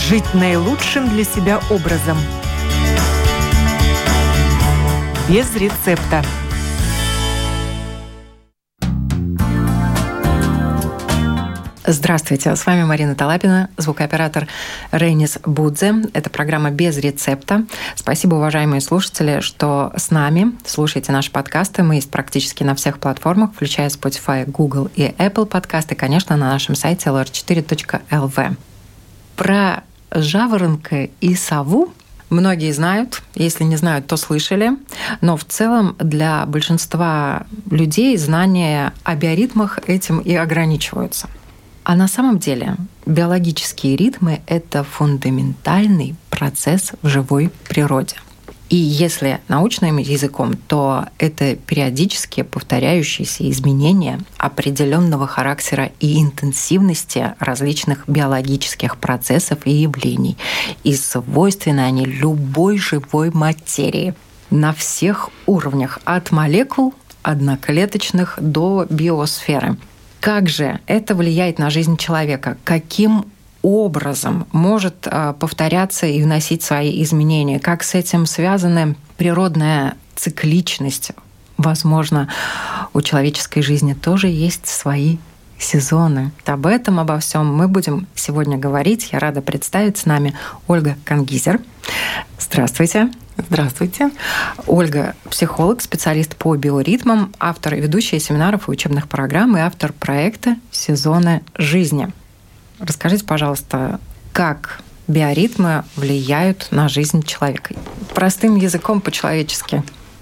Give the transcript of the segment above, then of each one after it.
жить наилучшим для себя образом. Без рецепта. Здравствуйте, с вами Марина Талапина, звукооператор Рейнис Будзе. Это программа «Без рецепта». Спасибо, уважаемые слушатели, что с нами. Слушайте наши подкасты. Мы есть практически на всех платформах, включая Spotify, Google и Apple подкасты, и, конечно, на нашем сайте lr4.lv. Про жаворонка и сову многие знают, если не знают, то слышали, но в целом для большинства людей знания о биоритмах этим и ограничиваются. А на самом деле биологические ритмы — это фундаментальный процесс в живой природе. И если научным языком, то это периодически повторяющиеся изменения определенного характера и интенсивности различных биологических процессов и явлений. И свойственны они любой живой материи на всех уровнях, от молекул одноклеточных до биосферы. Как же это влияет на жизнь человека? Каким образом может повторяться и вносить свои изменения? Как с этим связана природная цикличность? Возможно, у человеческой жизни тоже есть свои сезоны. Об этом, обо всем мы будем сегодня говорить. Я рада представить с нами Ольга Кангизер. Здравствуйте. Здравствуйте. Ольга – психолог, специалист по биоритмам, автор и ведущая семинаров и учебных программ и автор проекта «Сезоны жизни». Расскажите, пожалуйста, как биоритмы влияют на жизнь человека? Простым языком по-человечески.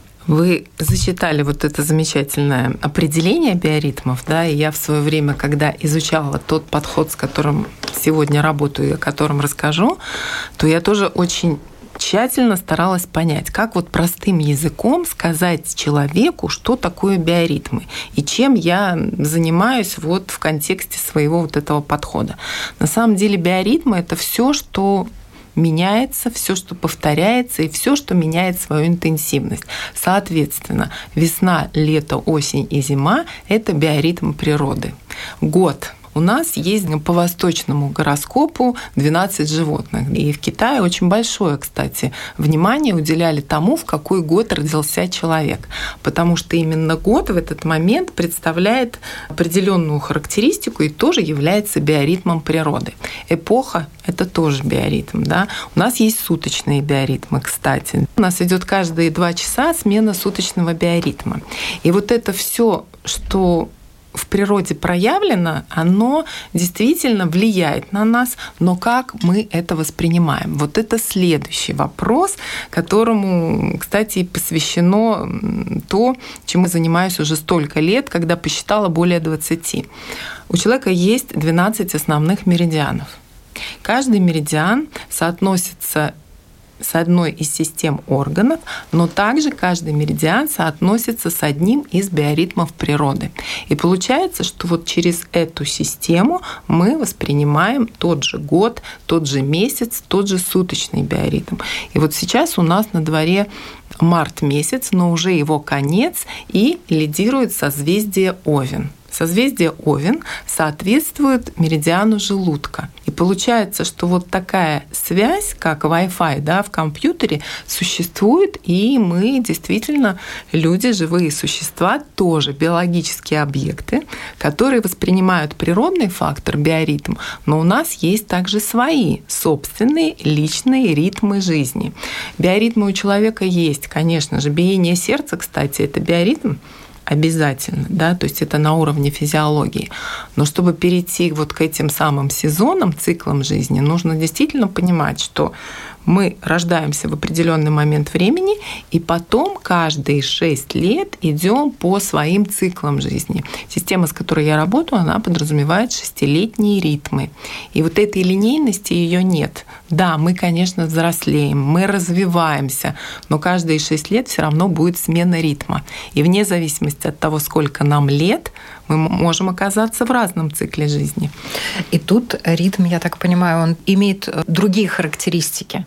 Вы зачитали вот это замечательное определение биоритмов, да, и я в свое время, когда изучала тот подход, с которым сегодня работаю и о котором расскажу, то я тоже очень тщательно старалась понять, как вот простым языком сказать человеку, что такое биоритмы и чем я занимаюсь вот в контексте своего вот этого подхода. На самом деле биоритмы — это все, что меняется, все, что повторяется, и все, что меняет свою интенсивность. Соответственно, весна, лето, осень и зима — это биоритм природы. Год. У нас есть по восточному гороскопу 12 животных. И в Китае очень большое, кстати, внимание уделяли тому, в какой год родился человек. Потому что именно год в этот момент представляет определенную характеристику и тоже является биоритмом природы. Эпоха — это тоже биоритм. Да? У нас есть суточные биоритмы, кстати. У нас идет каждые 2 часа смена суточного биоритма. И вот это все, что в природе проявлено, оно действительно влияет на нас, но как мы это воспринимаем? Вот это следующий вопрос, которому, кстати, и посвящено то, чем я занимаюсь уже столько лет, когда посчитала более 20. У человека есть 12 основных меридианов. Каждый меридиан соотносится с одной из систем органов, но также каждый меридиан соотносится с одним из биоритмов природы. И получается, что вот через эту систему мы воспринимаем тот же год, тот же месяц, тот же суточный биоритм. И вот сейчас у нас на дворе март месяц, но уже его конец, и лидирует созвездие Овен. Созвездие Овен соответствует меридиану желудка. И получается, что вот такая связь, как Wi-Fi, да, в компьютере, существует, и мы действительно, люди, живые существа, тоже биологические объекты, которые воспринимают природный фактор, биоритм, но у нас есть также свои собственные личные ритмы жизни. Биоритмы у человека есть, конечно же. Биение сердца, кстати, это биоритм, обязательно, да, то есть это на уровне физиологии. Но чтобы перейти вот к этим самым сезонам, циклам жизни, нужно действительно понимать, что мы рождаемся в определенный момент времени, и потом каждые 6 лет идем по своим циклам жизни. Система, с которой я работаю, она подразумевает 6-летние ритмы. И вот этой линейности ее нет. Да, мы, конечно, взрослеем, мы развиваемся, но каждые 6 лет все равно будет смена ритма. И вне зависимости от того, сколько нам лет, мы можем оказаться в разном цикле жизни. И тут ритм, я так понимаю, он имеет другие характеристики.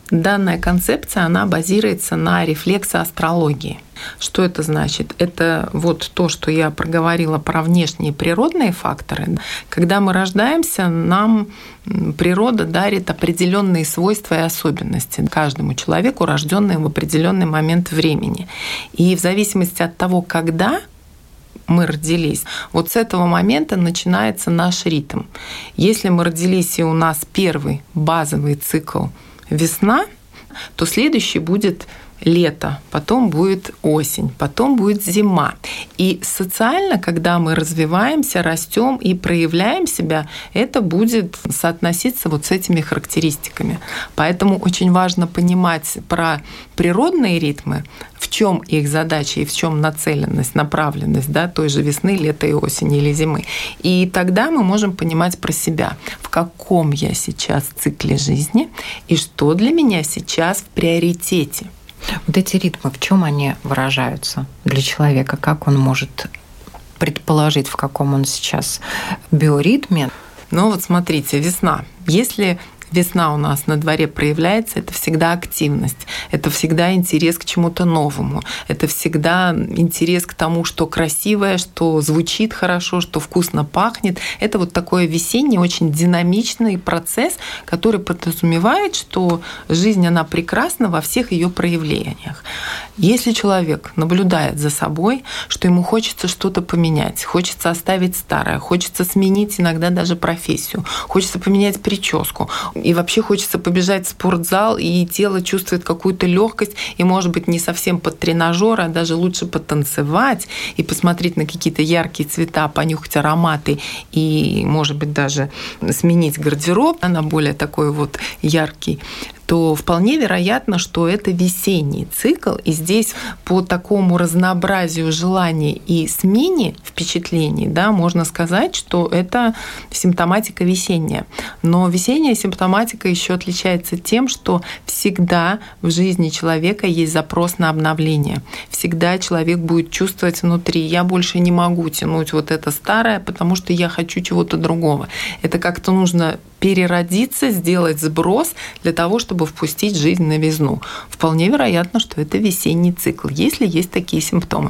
Данная концепция, она базируется на рефлексоастрологии. Что это значит? Это вот то, что я проговорила про внешние природные факторы. Когда мы рождаемся, нам природа дарит определенные свойства и особенности каждому человеку, рожденному в определенный момент времени. И в зависимости от того, когда мы родились, вот с этого момента начинается наш ритм. Если мы родились, и у нас первый базовый цикл весна, то следующий будет лето, потом будет осень, потом будет зима. И социально, когда мы развиваемся, растем и проявляем себя, это будет соотноситься вот с этими характеристиками. Поэтому очень важно понимать про природные ритмы, в чем их задача и в чем нацеленность, направленность, да, той же весны, лета и осени или зимы. И тогда мы можем понимать про себя, в каком я сейчас цикле жизни и что для меня сейчас в приоритете. Вот эти ритмы, в чем они выражаются для человека? Как он может предположить, в каком он сейчас биоритме? Ну вот смотрите, весна. Если весна у нас на дворе проявляется, это всегда активность, это всегда интерес к чему-то новому, это всегда интерес к тому, что красивое, что звучит хорошо, что вкусно пахнет. Это вот такой весенний, очень динамичный процесс, который подразумевает, что жизнь, она прекрасна во всех ее проявлениях. Если человек наблюдает за собой, что ему хочется что-то поменять, хочется оставить старое, хочется сменить иногда даже профессию, хочется поменять прическу, и вообще хочется побежать в спортзал, и тело чувствует какую-то легкость, и, может быть, не совсем под тренажер, а даже лучше потанцевать и посмотреть на какие-то яркие цвета, понюхать ароматы и, может быть, даже сменить гардероб на более такой вот яркий, то вполне вероятно, что это весенний цикл. И здесь по такому разнообразию желаний и смене впечатлений, да, можно сказать, что это симптоматика весенняя. Но весенняя симптоматика еще отличается тем, что всегда в жизни человека есть запрос на обновление. Всегда человек будет чувствовать внутри: я больше не могу тянуть вот это старое, потому что я хочу чего-то другого. Это как-то нужно переродиться, сделать сброс для того, чтобы впустить жизнь в новизну. Вполне вероятно, что это весенний цикл, если есть такие симптомы.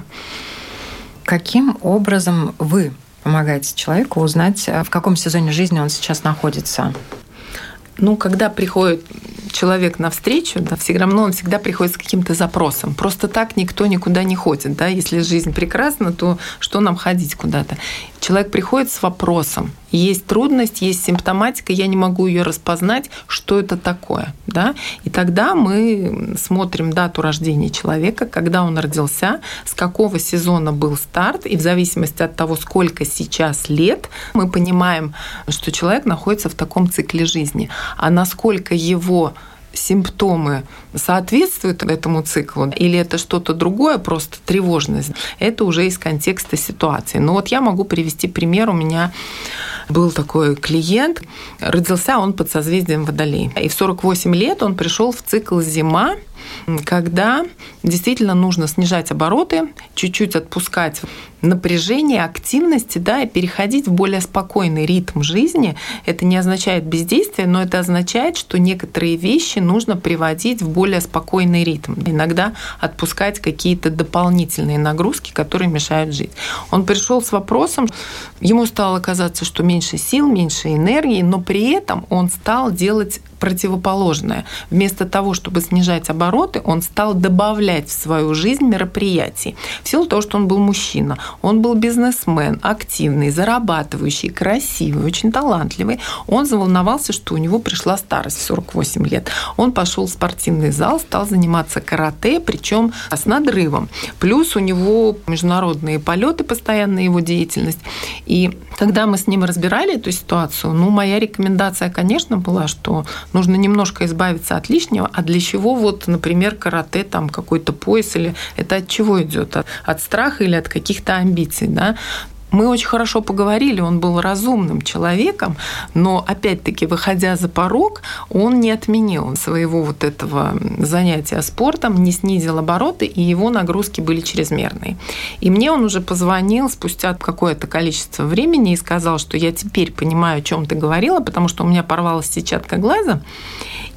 Каким образом вы помогаете человеку узнать, в каком сезоне жизни он сейчас находится? Ну, когда приходит человек навстречу, да, все равно он всегда приходит с каким-то запросом. Просто так никто никуда не ходит. Да? Если жизнь прекрасна, то что нам ходить куда-то? Человек приходит с вопросом. Есть трудность, есть симптоматика, я не могу ее распознать, что это такое. Да? И тогда мы смотрим дату рождения человека, когда он родился, с какого сезона был старт, и в зависимости от того, сколько сейчас лет, мы понимаем, что человек находится в таком цикле жизни. А насколько его симптомы соответствуют этому циклу, или это что-то другое, просто тревожность, это уже из контекста ситуации. Но вот я могу привести пример. У меня был такой клиент, родился он под созвездием Водолей. И в 48 лет он пришел в цикл зима, когда действительно нужно снижать обороты, чуть-чуть отпускать напряжение, активности, да, и переходить в более спокойный ритм жизни. Это не означает бездействие, но это означает, что некоторые вещи нужно приводить в более спокойный ритм. Иногда отпускать какие-то дополнительные нагрузки, которые мешают жить. Он пришел с вопросом, ему стало казаться, что меньше сил, меньше энергии, но при этом он стал делать противоположное. Вместо того, чтобы снижать обороты, он стал добавлять в свою жизнь мероприятий. В силу того, что он был мужчина, он был бизнесмен, активный, зарабатывающий, красивый, очень талантливый. Он заволновался, что у него пришла старость в 48 лет. Он пошел в спортивный зал, стал заниматься карате, причем с надрывом. Плюс у него международные полеты, постоянная его деятельность. И когда мы с ним разбирали эту ситуацию, моя рекомендация, конечно, была, что нужно немножко избавиться от лишнего. А для чего вот, например, карате, там какой-то пояс, или это от чего идет? От страха или от каких-то амбиций, да? Мы очень хорошо поговорили, он был разумным человеком, но, опять-таки, выходя за порог, он не отменил своего вот этого занятия спортом, не снизил обороты, и его нагрузки были чрезмерные. И мне он уже позвонил спустя какое-то количество времени и сказал, что я теперь понимаю, о чем ты говорила, потому что у меня порвалась сетчатка глаза,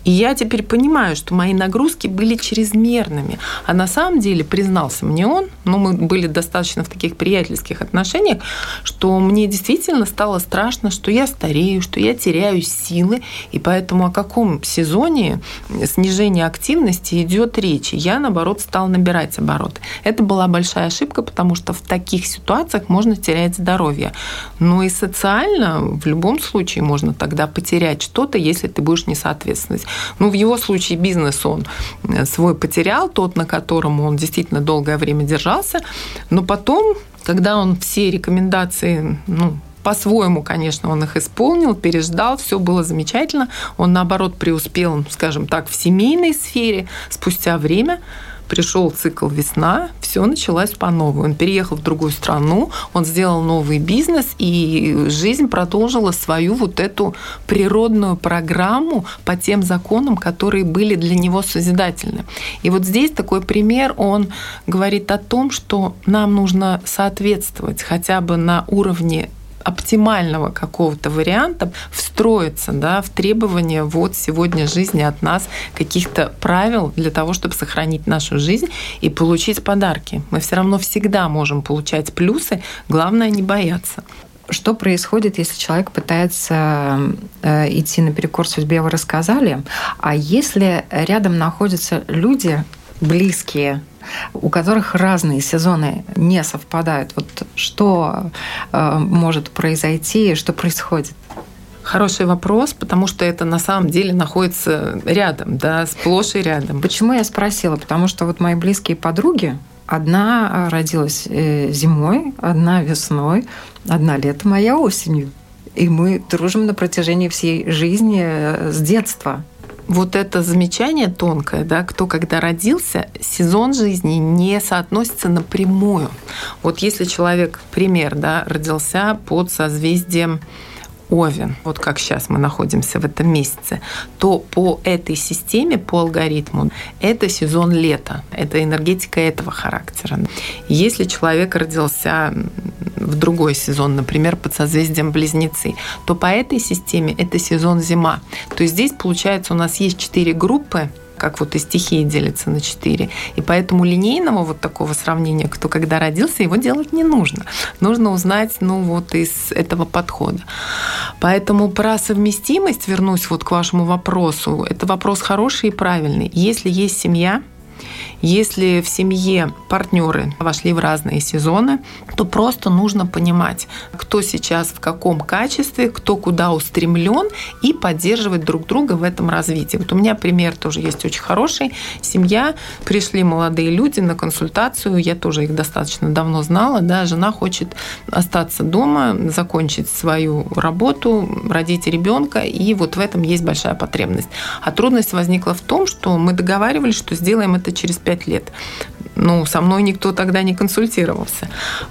И я теперь понимаю, что мои нагрузки были чрезмерными. А на самом деле, признался мне он, мы были достаточно в таких приятельских отношениях, что мне действительно стало страшно, что я старею, что я теряю силы, и поэтому о каком сезоне снижения активности идет речь. Я, наоборот, стала набирать обороты. Это была большая ошибка, потому что в таких ситуациях можно терять здоровье. Но и социально в любом случае можно тогда потерять что-то, если ты будешь не соответствовать. В его случае бизнес он свой потерял, тот, на котором он действительно долгое время держался, но потом, когда он все рекомендации, по-своему, конечно, он их исполнил, переждал, все было замечательно, он, наоборот, преуспел, скажем так, в семейной сфере. Спустя время пришел цикл весна, все началось по новой. Он переехал в другую страну, он сделал новый бизнес, и жизнь продолжила свою вот эту природную программу по тем законам, которые были для него созидательны. И вот здесь такой пример, он говорит о том, что нам нужно соответствовать хотя бы на уровне оптимального какого-то варианта, встроиться в требования сегодня жизни от нас, каких-то правил для того, чтобы сохранить нашу жизнь и получить подарки. Мы все равно всегда можем получать плюсы, главное не бояться. Что происходит, если человек пытается идти наперекор судьбе, вы рассказали, а если рядом находятся люди близкие, у которых разные сезоны не совпадают. Что может произойти, что происходит? Хороший вопрос, потому что это на самом деле находится рядом, сплошь и рядом. Почему я спросила? Потому что мои близкие подруги, одна родилась зимой, одна весной, одна летом, а я осенью. И мы дружим на протяжении всей жизни с детства. Вот это замечание тонкое, кто когда родился, сезон жизни не соотносится напрямую. Вот если человек, пример, родился под созвездием Овен, вот как сейчас мы находимся в этом месяце, то по этой системе, по алгоритму, это сезон лета, это энергетика этого характера. Если человек родился в другой сезон, например, под созвездием Близнецы, то по этой системе это сезон зима. То есть здесь, получается, у нас есть 4 группы, как и стихии делятся на 4. И поэтому линейного такого сравнения, кто когда родился, его делать не нужно. Нужно узнать из этого подхода. Поэтому про совместимость, вернусь к вашему вопросу, это вопрос хороший и правильный. Если есть семья, если в семье партнеры вошли в разные сезоны, то просто нужно понимать, кто сейчас в каком качестве, кто куда устремлен, и поддерживать друг друга в этом развитии. У меня пример тоже есть очень хороший. Семья, пришли молодые люди на консультацию, я тоже их достаточно давно знала, жена хочет остаться дома, закончить свою работу, родить ребенка, и в этом есть большая потребность. А трудность возникла в том, что мы договаривались, что сделаем это через 5 лет. Со мной никто тогда не консультировался.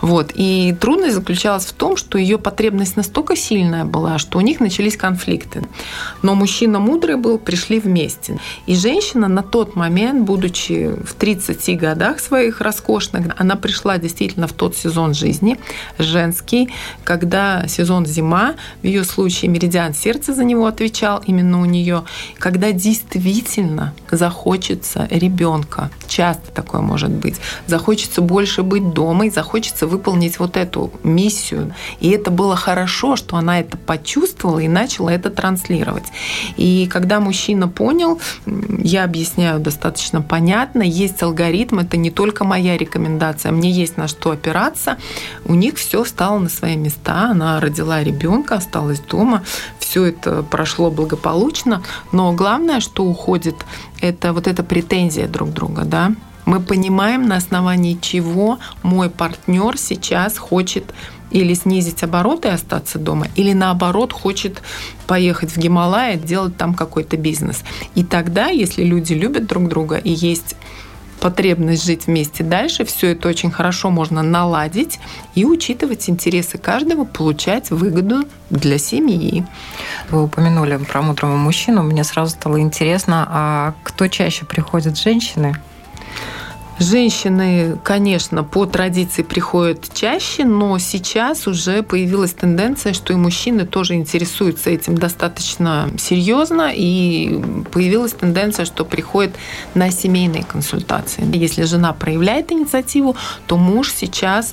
И трудность заключалась в том, что ее потребность настолько сильная была, что у них начались конфликты. Но мужчина мудрый был, пришли вместе. И женщина на тот момент, будучи в 30 годах своих роскошных, она пришла действительно в тот сезон жизни, женский, когда сезон зима, в ее случае меридиан сердца за него отвечал, именно у нее, когда действительно захочется ребенка. Часто такое может быть. Захочется больше быть дома и захочется выполнить эту миссию. И это было хорошо, что она это почувствовала и начала это транслировать. И когда мужчина понял, я объясняю достаточно понятно, есть алгоритм, это не только моя рекомендация, мне есть на что опираться, у них все встало на свои места, она родила ребенка, осталась дома, все это прошло благополучно, но главное, что уходит, это эта претензия друг друга, Мы понимаем, на основании чего мой партнер сейчас хочет или снизить обороты и остаться дома, или наоборот хочет поехать в Гималаи, делать там какой-то бизнес. И тогда, если люди любят друг друга и есть потребность жить вместе дальше, все это очень хорошо можно наладить и учитывать интересы каждого, получать выгоду для семьи. Вы упомянули про мудрого мужчину. Мне сразу стало интересно, а кто чаще приходит, женщины? Женщины, конечно, по традиции приходят чаще, но сейчас уже появилась тенденция, что и мужчины тоже интересуются этим достаточно серьезно, и появилась тенденция, что приходят на семейные консультации. Если жена проявляет инициативу, то муж сейчас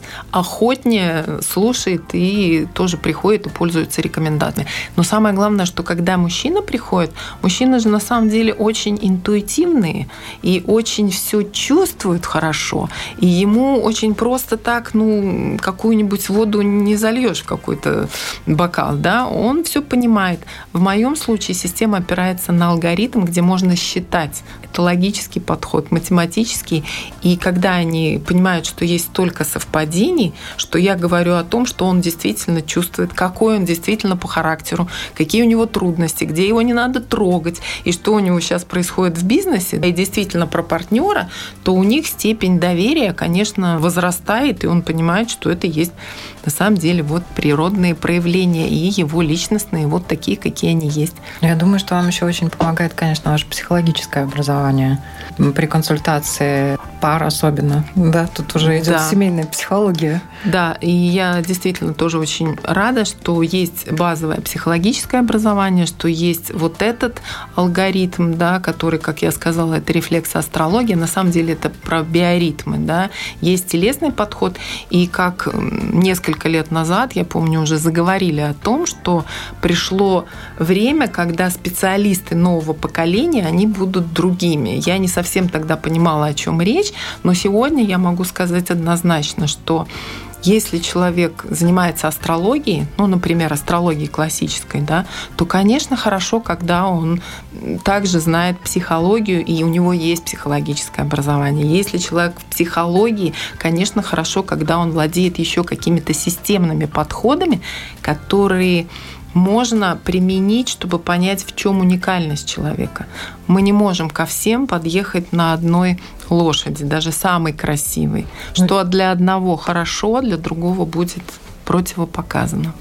охотнее слушает и тоже приходит и пользуется рекомендациями. Но самое главное, что когда мужчина приходит, мужчины же на самом деле очень интуитивные и очень все чувствуют хорошо. И ему очень просто так, какую-нибудь воду не зальешь в какой-то бокал, да, он все понимает. В моем случае система опирается на алгоритм, где можно считать. Это логический подход, математический. И когда они понимают, что есть столько совпадений, что я говорю о том, что он действительно чувствует, какой он действительно по характеру, какие у него трудности, где его не надо трогать, и что у него сейчас происходит в бизнесе, и действительно про партнера, то у них степень доверия, конечно, возрастает, и он понимает, что это есть на самом деле природные проявления и его личностные, такие, какие они есть. Я думаю, что вам еще очень помогает, конечно, ваше психологическое образование. При консультации пар особенно. Да, тут уже идет семейная психология. Да, и я действительно тоже очень рада, что есть базовое психологическое образование, что есть этот алгоритм, да, который, как я сказала, это рефлексоастрология. На самом деле это про биоритмы. Да. Есть телесный подход, и как несколько лет назад, я помню, уже заговорили о том, что пришло время, когда специалисты нового поколения, они будут другими. Я не совсем тогда понимала, о чем речь, но сегодня я могу сказать однозначно, что если человек занимается астрологией, например, астрологией классической, да, то, конечно, хорошо, когда он также знает психологию, и у него есть психологическое образование. Если человек в психологии, конечно, хорошо, когда он владеет еще какими-то системными подходами, которые можно применить, чтобы понять, в чем уникальность человека. Мы не можем ко всем подъехать на одной лошади, даже самой красивой. Что для одного хорошо, для другого будет противопоказано.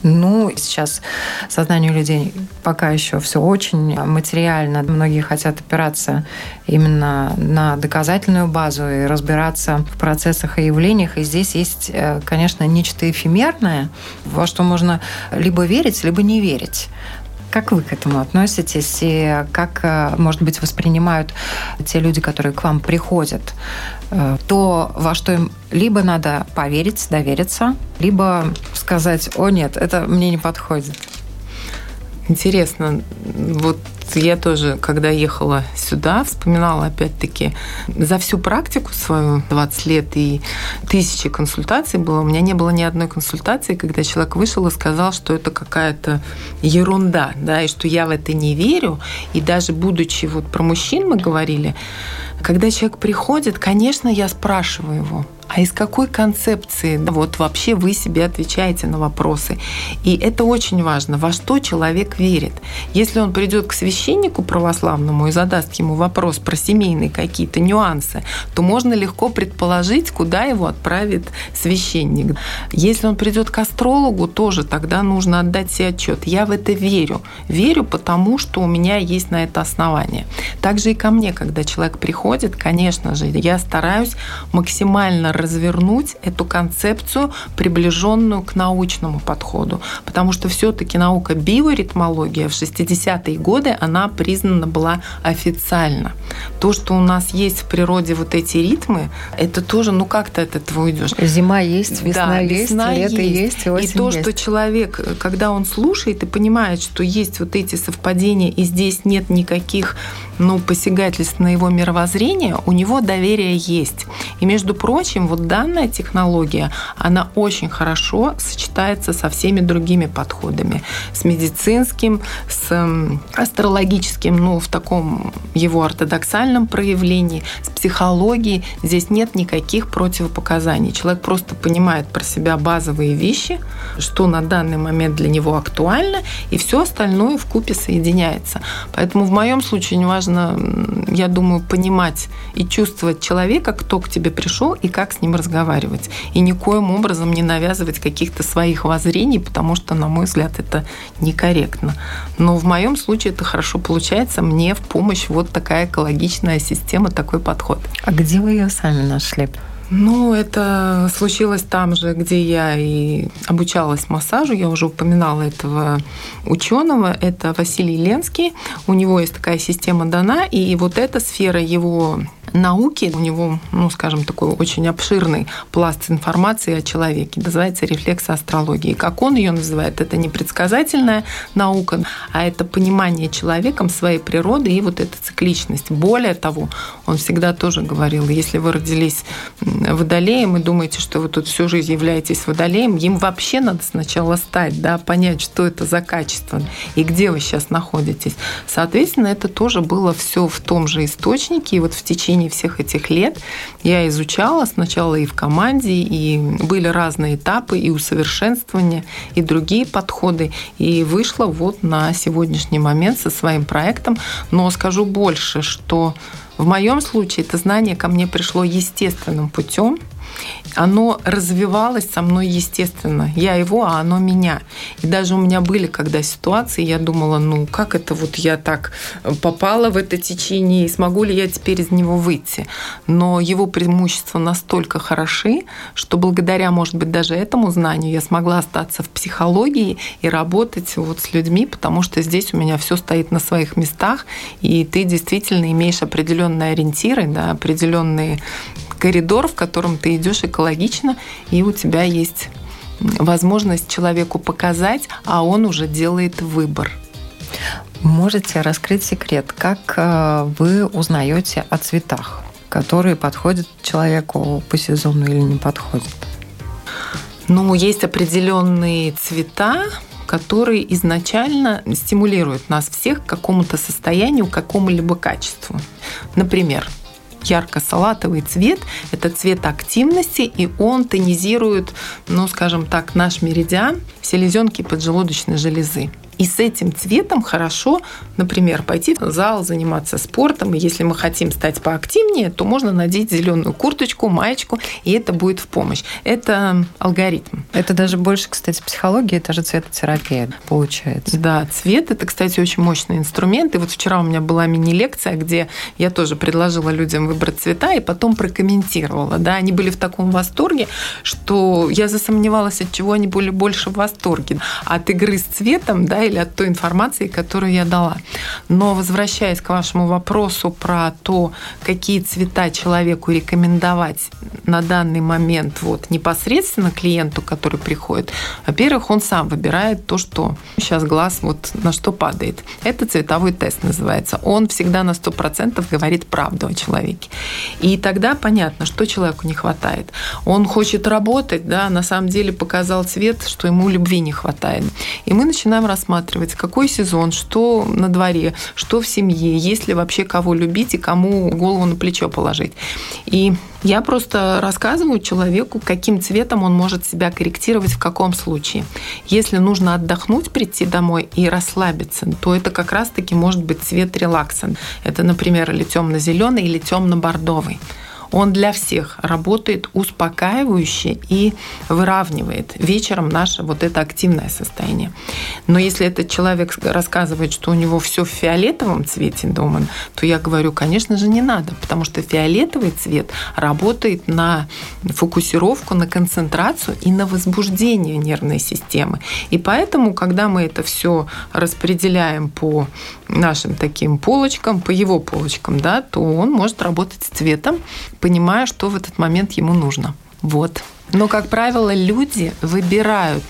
Сейчас сознанию людей пока еще все очень материально. Многие хотят опираться именно на доказательную базу и разбираться в процессах и явлениях. И здесь есть, конечно, нечто эфемерное, во что можно либо верить, либо не верить. Как вы к этому относитесь и как, может быть, воспринимают те люди, которые к вам приходят, то, во что им либо надо поверить, довериться, либо сказать: «О, нет, это мне не подходит». Интересно. Я тоже, когда ехала сюда, вспоминала опять-таки за всю практику свою, 20 лет и тысячи консультаций было. У меня не было ни одной консультации, когда человек вышел и сказал, что это какая-то ерунда, да, и что я в это не верю. И даже будучи, про мужчин мы говорили, когда человек приходит, конечно, я спрашиваю его: а из какой концепции вообще вы себе отвечаете на вопросы? И это очень важно, во что человек верит. Если он придет к священнику православному и задаст ему вопрос про семейные какие-то нюансы, то можно легко предположить, куда его отправит священник. Если он придет к астрологу, тоже тогда нужно отдать себе отчет. Я в это верю. Верю, потому что у меня есть на это основание. Также и ко мне, когда человек приходит, конечно же, я стараюсь максимально развернуть эту концепцию, приближенную к научному подходу. Потому что все-таки наука биоритмология в 60-е годы, она признана была официально. То, что у нас есть в природе эти ритмы, это тоже, как ты от этого уйдешь? Зима есть, весна есть, лето есть, осень есть. И то, что человек, когда он слушает и понимает, что есть эти совпадения, и здесь нет никаких посягательств на его мировоззрение, у него доверие есть. И, между прочим, данная технология, она очень хорошо сочетается со всеми другими подходами. С медицинским, с астрологическим, в таком его ортодоксальном проявлении, с психологией. Здесь нет никаких противопоказаний. Человек просто понимает про себя базовые вещи, что на данный момент для него актуально, и все остальное вкупе соединяется. Поэтому в моем случае неважно, я думаю, понимать и чувствовать человека, кто к тебе пришел и как с ним разговаривать. И никоим образом не навязывать каких-то своих воззрений, потому что, на мой взгляд, это некорректно. Но в моем случае это хорошо хорошо получается мне в помощь вот такая экологичная система, такой подход. А где вы ее сами нашли? Ну, это случилось там же, где я и обучалась массажу. Я уже упоминала этого ученого. Это Василий Ленский. У него есть такая система дана, и вот эта сфера его науки, у него, ну, скажем, такой очень обширный пласт информации о человеке, называется рефлексоастрология. Как он ее называет, это не предсказательная наука, а это понимание человеком своей природы и вот эта цикличность. Более того, он всегда тоже говорил, если вы родились водолеем и думаете, что вы тут всю жизнь являетесь водолеем, им вообще надо сначала стать, да, понять, что это за качество и где вы сейчас находитесь. Соответственно, это тоже было все в том же источнике, и вот в течение всех этих лет я изучала сначала и в команде, и были разные этапы, и усовершенствования, и другие подходы, и вышла вот на сегодняшний момент со своим проектом. Но скажу больше, что в моем случае это знание ко мне пришло естественным путем. Оно развивалось со мной естественно. Я его, а оно меня. И даже у меня были когда ситуации, я думала, ну как это вот я так попала в это течение, и смогу ли я теперь из него выйти? Но его преимущества настолько хороши, что благодаря, может быть, даже этому знанию я смогла остаться в психологии и работать вот с людьми, потому что здесь у меня все стоит на своих местах, и ты действительно имеешь определенные ориентиры, да, определенные коридор, в котором ты идешь экологично, и у тебя есть возможность человеку показать, а он уже делает выбор. Можете раскрыть секрет, как вы узнаете о цветах, которые подходят человеку по сезону или не подходят? Ну, есть определенные цвета, которые изначально стимулируют нас всех к какому-то состоянию, к какому-либо качеству. Например, ярко-салатовый цвет – это цвет активности, и он тонизирует, ну, скажем так, наш меридиан селезенки поджелудочной железы. И с этим цветом хорошо, например, пойти в зал, заниматься спортом. И если мы хотим стать поактивнее, то можно надеть зеленую курточку, маечку, и это будет в помощь. Это алгоритм. Это даже больше, кстати, психология, это же цветотерапия получается. Да, цвет – это, кстати, очень мощный инструмент. И вот вчера у меня была мини-лекция, где я тоже предложила людям выбрать цвета и потом прокомментировала. Да, они были в таком восторге, что я засомневалась, от чего они были больше в восторге. От игры с цветом, да, или от той информации, которую я дала. Но возвращаясь к вашему вопросу про то, какие цвета человеку рекомендовать на данный момент вот, непосредственно клиенту, который приходит, во-первых, он сам выбирает то, что сейчас глаз вот на что падает. Это цветовой тест называется. Он всегда на 100% говорит правду о человеке. И тогда понятно, что человеку не хватает. Он хочет работать, да, на самом деле показал цвет, что ему любви не хватает. И мы начинаем рассматривать, какой сезон, что на дворе, что в семье, есть ли вообще кого любить и кому голову на плечо положить. И я просто рассказываю человеку, каким цветом он может себя корректировать в каком случае. Если нужно отдохнуть, прийти домой и расслабиться, то это как раз-таки может быть цвет релакса. Это, например, или темно-зеленый, или темно-бордовый. Он для всех работает успокаивающе и выравнивает вечером наше вот это активное состояние. Но если этот человек рассказывает, что у него все в фиолетовом цвете дома, то я говорю, конечно же, не надо, потому что фиолетовый цвет работает на фокусировку, на концентрацию и на возбуждение нервной системы. И поэтому, когда мы это все распределяем по нашим таким полочкам, по его полочкам, да, то он может работать с цветом, понимая, что в этот момент ему нужно. Вот. Но, как правило, люди выбирают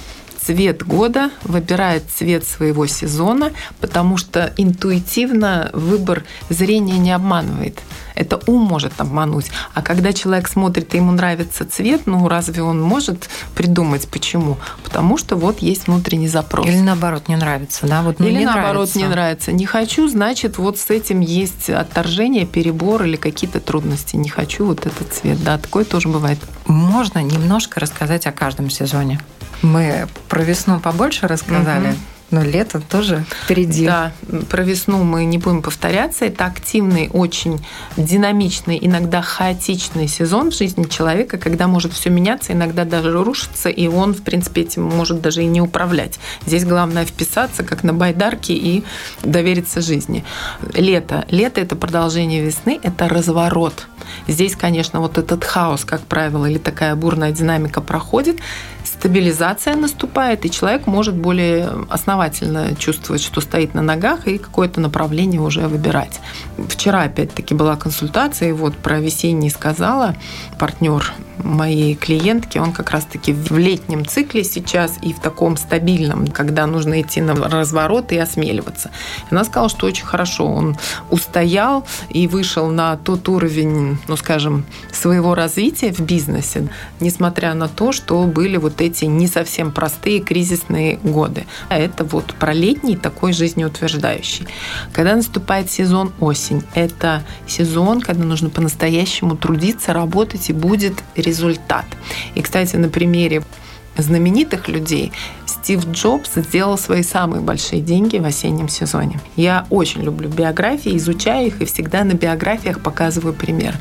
цвет года, выбирают цвет своего сезона, потому что интуитивно выбор зрения не обманывает. Это ум может обмануть. А когда человек смотрит, и ему нравится цвет, ну разве он может придумать почему? Потому что вот есть внутренний запрос. Или наоборот не нравится, да? Вот, или наоборот не нравится. Не хочу, значит, вот с этим есть отторжение, перебор или какие-то трудности. Не хочу вот этот цвет. Да, такое тоже бывает. Можно немножко рассказать о каждом сезоне? Мы про весну побольше рассказали. Но лето тоже впереди. Да, про весну мы не будем повторяться. Это активный, очень динамичный, иногда хаотичный сезон в жизни человека, когда может все меняться, иногда даже рушиться, и он, в принципе, этим может даже и не управлять. Здесь главное вписаться, как на байдарке, и довериться жизни. Лето. Лето – это продолжение весны, это разворот. Здесь, конечно, вот этот хаос, как правило, или такая бурная динамика проходит, стабилизация наступает, и человек может более основательно чувствовать, что стоит на ногах, и какое-то направление уже выбирать. Вчера, опять-таки, была консультация, и вот про весенний сказала партнер моей клиентки, он как раз-таки в летнем цикле сейчас и в таком стабильном, когда нужно идти на разворот и осмеливаться. Она сказала, что очень хорошо он устоял и вышел на тот уровень, ну, скажем, своего развития в бизнесе, несмотря на то, что были вот эти не совсем простые кризисные годы. А это вот про летний такой жизнеутверждающий. Когда наступает сезон осень, это сезон, когда нужно по-настоящему трудиться, работать, и будет результат. И, кстати, на примере знаменитых людей Стив Джобс сделал свои самые большие деньги в осеннем сезоне. Я очень люблю биографии, изучаю их, и всегда на биографиях показываю пример.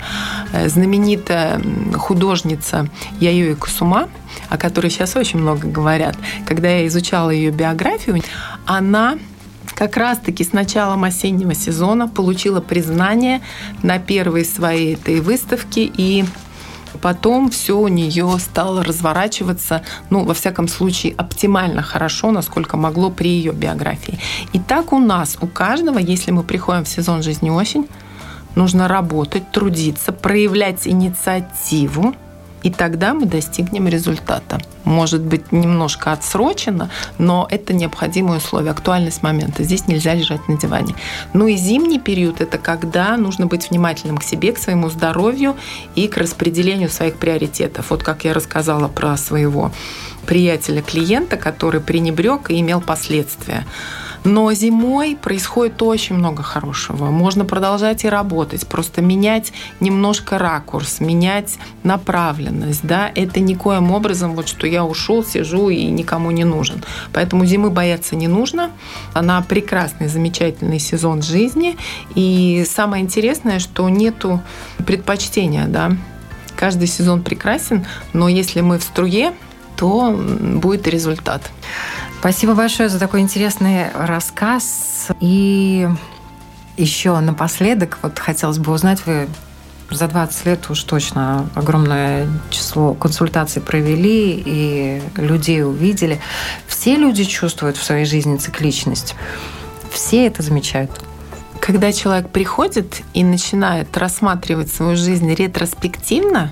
Знаменитая художница Яюи Кусума, о которой сейчас очень много говорят, когда я изучала ее биографию, она как раз-таки с началом осеннего сезона получила признание на первой своей этой выставке, и потом все у нее стало разворачиваться, ну, во всяком случае, оптимально хорошо, насколько могло при ее биографии. И так у нас, у каждого, если мы приходим в сезон жизни осень, нужно работать, трудиться, проявлять инициативу, и тогда мы достигнем результата. Может быть, немножко отсрочено, но это необходимое условие, актуальность момента. Здесь нельзя лежать на диване. Ну и зимний период – это когда нужно быть внимательным к себе, к своему здоровью и к распределению своих приоритетов. Вот как я рассказала про своего приятеля-клиента, который пренебрег и имел последствия. Но зимой происходит очень много хорошего. Можно продолжать и работать, просто менять немножко ракурс, менять направленность. Да? Это никоим образом, вот что я ушел, сижу и никому не нужен. Поэтому зимы бояться не нужно. Она прекрасный, замечательный сезон жизни. И самое интересное, что нету предпочтения. Да? Каждый сезон прекрасен, но если мы в струе, то будет результат. Спасибо большое за такой интересный рассказ. И еще напоследок, вот хотелось бы узнать, вы за 20 лет уж точно огромное число консультаций провели и людей увидели. Все люди чувствуют в своей жизни цикличность? Все это замечают? Когда человек приходит и начинает рассматривать свою жизнь ретроспективно,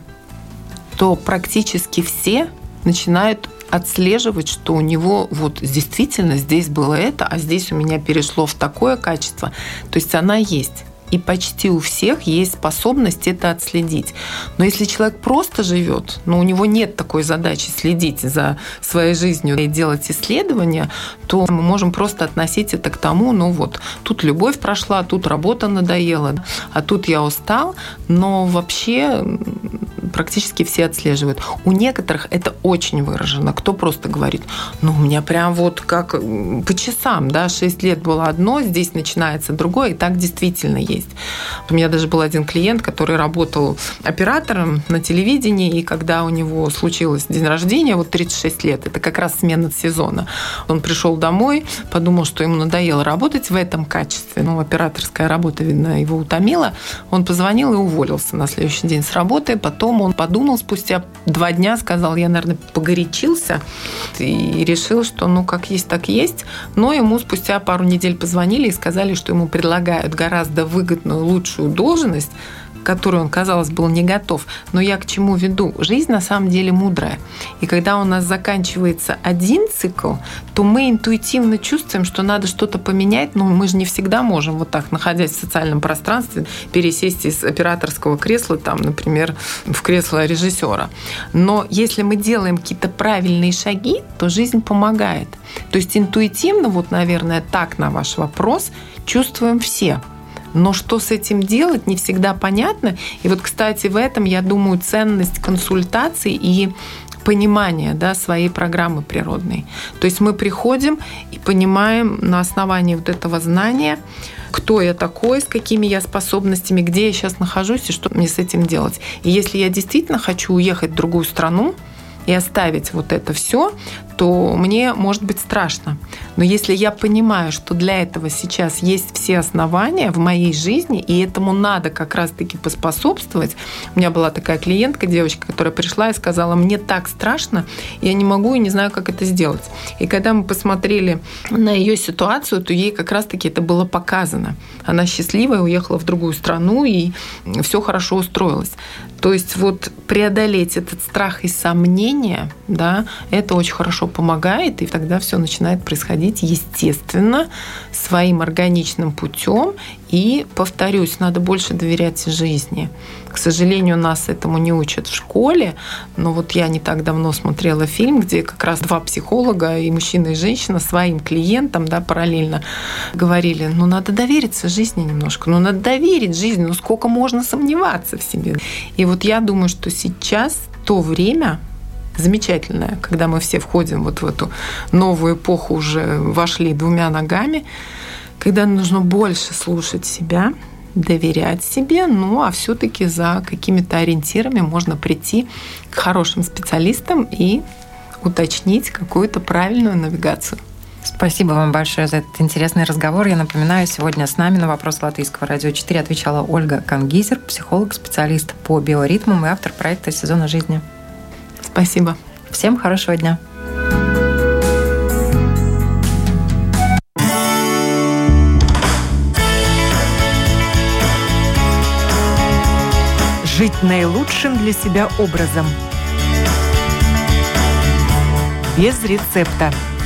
то практически все начинают отслеживать, что у него вот действительно здесь было это, а здесь у меня перешло в такое качество. То есть она есть. И почти у всех есть способность это отследить. Но если человек просто живет, но у него нет такой задачи следить за своей жизнью и делать исследования, то мы можем просто относить это к тому, ну вот, тут любовь прошла, тут работа надоела, а тут я устал. Но вообще практически все отслеживают. У некоторых это очень выражено. Кто просто говорит, ну, у меня прям вот как по часам, да, 6 лет было одно, здесь начинается другое, и так действительно есть. У меня даже был один клиент, который работал оператором на телевидении, и когда у него случилось день рождения, вот 36 лет, это как раз смена сезона, он пришел домой, подумал, что ему надоело работать в этом качестве, ну, операторская работа, видно, его утомила, он позвонил и уволился на следующий день с работы, потом он подумал спустя 2 дня, сказал, я, наверное, погорячился и решил, что ну как есть, так есть. Но ему спустя пару недель позвонили и сказали, что ему предлагают гораздо выгодную, лучшую должность, к которой он, казалось, был не готов. Но я к чему веду? Жизнь на самом деле мудрая. И когда у нас заканчивается один цикл, то мы интуитивно чувствуем, что надо что-то поменять, но мы же не всегда можем вот так, находясь в социальном пространстве, пересесть из операторского кресла, там, например, в кресло режиссера. Но если мы делаем какие-то правильные шаги, то жизнь помогает. То есть интуитивно, вот, наверное, так на ваш вопрос чувствуем все. Но что с этим делать, не всегда понятно. И вот, кстати, в этом, я думаю, ценность консультаций и понимания, да, своей программы природной. То есть мы приходим и понимаем на основании вот этого знания, кто я такой, с какими я способностями, где я сейчас нахожусь и что мне с этим делать. И если я действительно хочу уехать в другую страну и оставить вот это все, то мне может быть страшно. Но если я понимаю, что для этого сейчас есть все основания в моей жизни, и этому надо как раз-таки поспособствовать. У меня была такая клиентка, девочка, которая пришла и сказала: мне так страшно, я не могу и не знаю, как это сделать. И когда мы посмотрели на ее ситуацию, то ей как раз-таки это было показано. Она счастливая, уехала в другую страну, и все хорошо устроилось. То есть вот преодолеть этот страх и сомнения, да, это очень хорошо помогает, и тогда все начинает происходить естественно, своим органичным путем. И, повторюсь, надо больше доверять жизни. К сожалению, нас этому не учат в школе, но вот я не так давно смотрела фильм, где как раз два психолога, и мужчина, и женщина, своим клиентам, да, параллельно говорили: надо довериться жизни немножко, надо доверить жизни, сколько можно сомневаться в себе. И вот я думаю, что сейчас то время замечательное, когда мы все входим вот в эту новую эпоху, уже вошли двумя ногами, когда нужно больше слушать себя, доверять себе, а все-таки за какими-то ориентирами можно прийти к хорошим специалистам и уточнить какую-то правильную навигацию. Спасибо вам большое за этот интересный разговор. Я напоминаю, сегодня с нами на вопрос Латвийского радио 4 отвечала Ольга Кангизер, психолог, специалист по биоритмам и автор проекта «Сезона жизни». Спасибо. Всем хорошего дня. Жить наилучшим для себя образом. Без рецепта.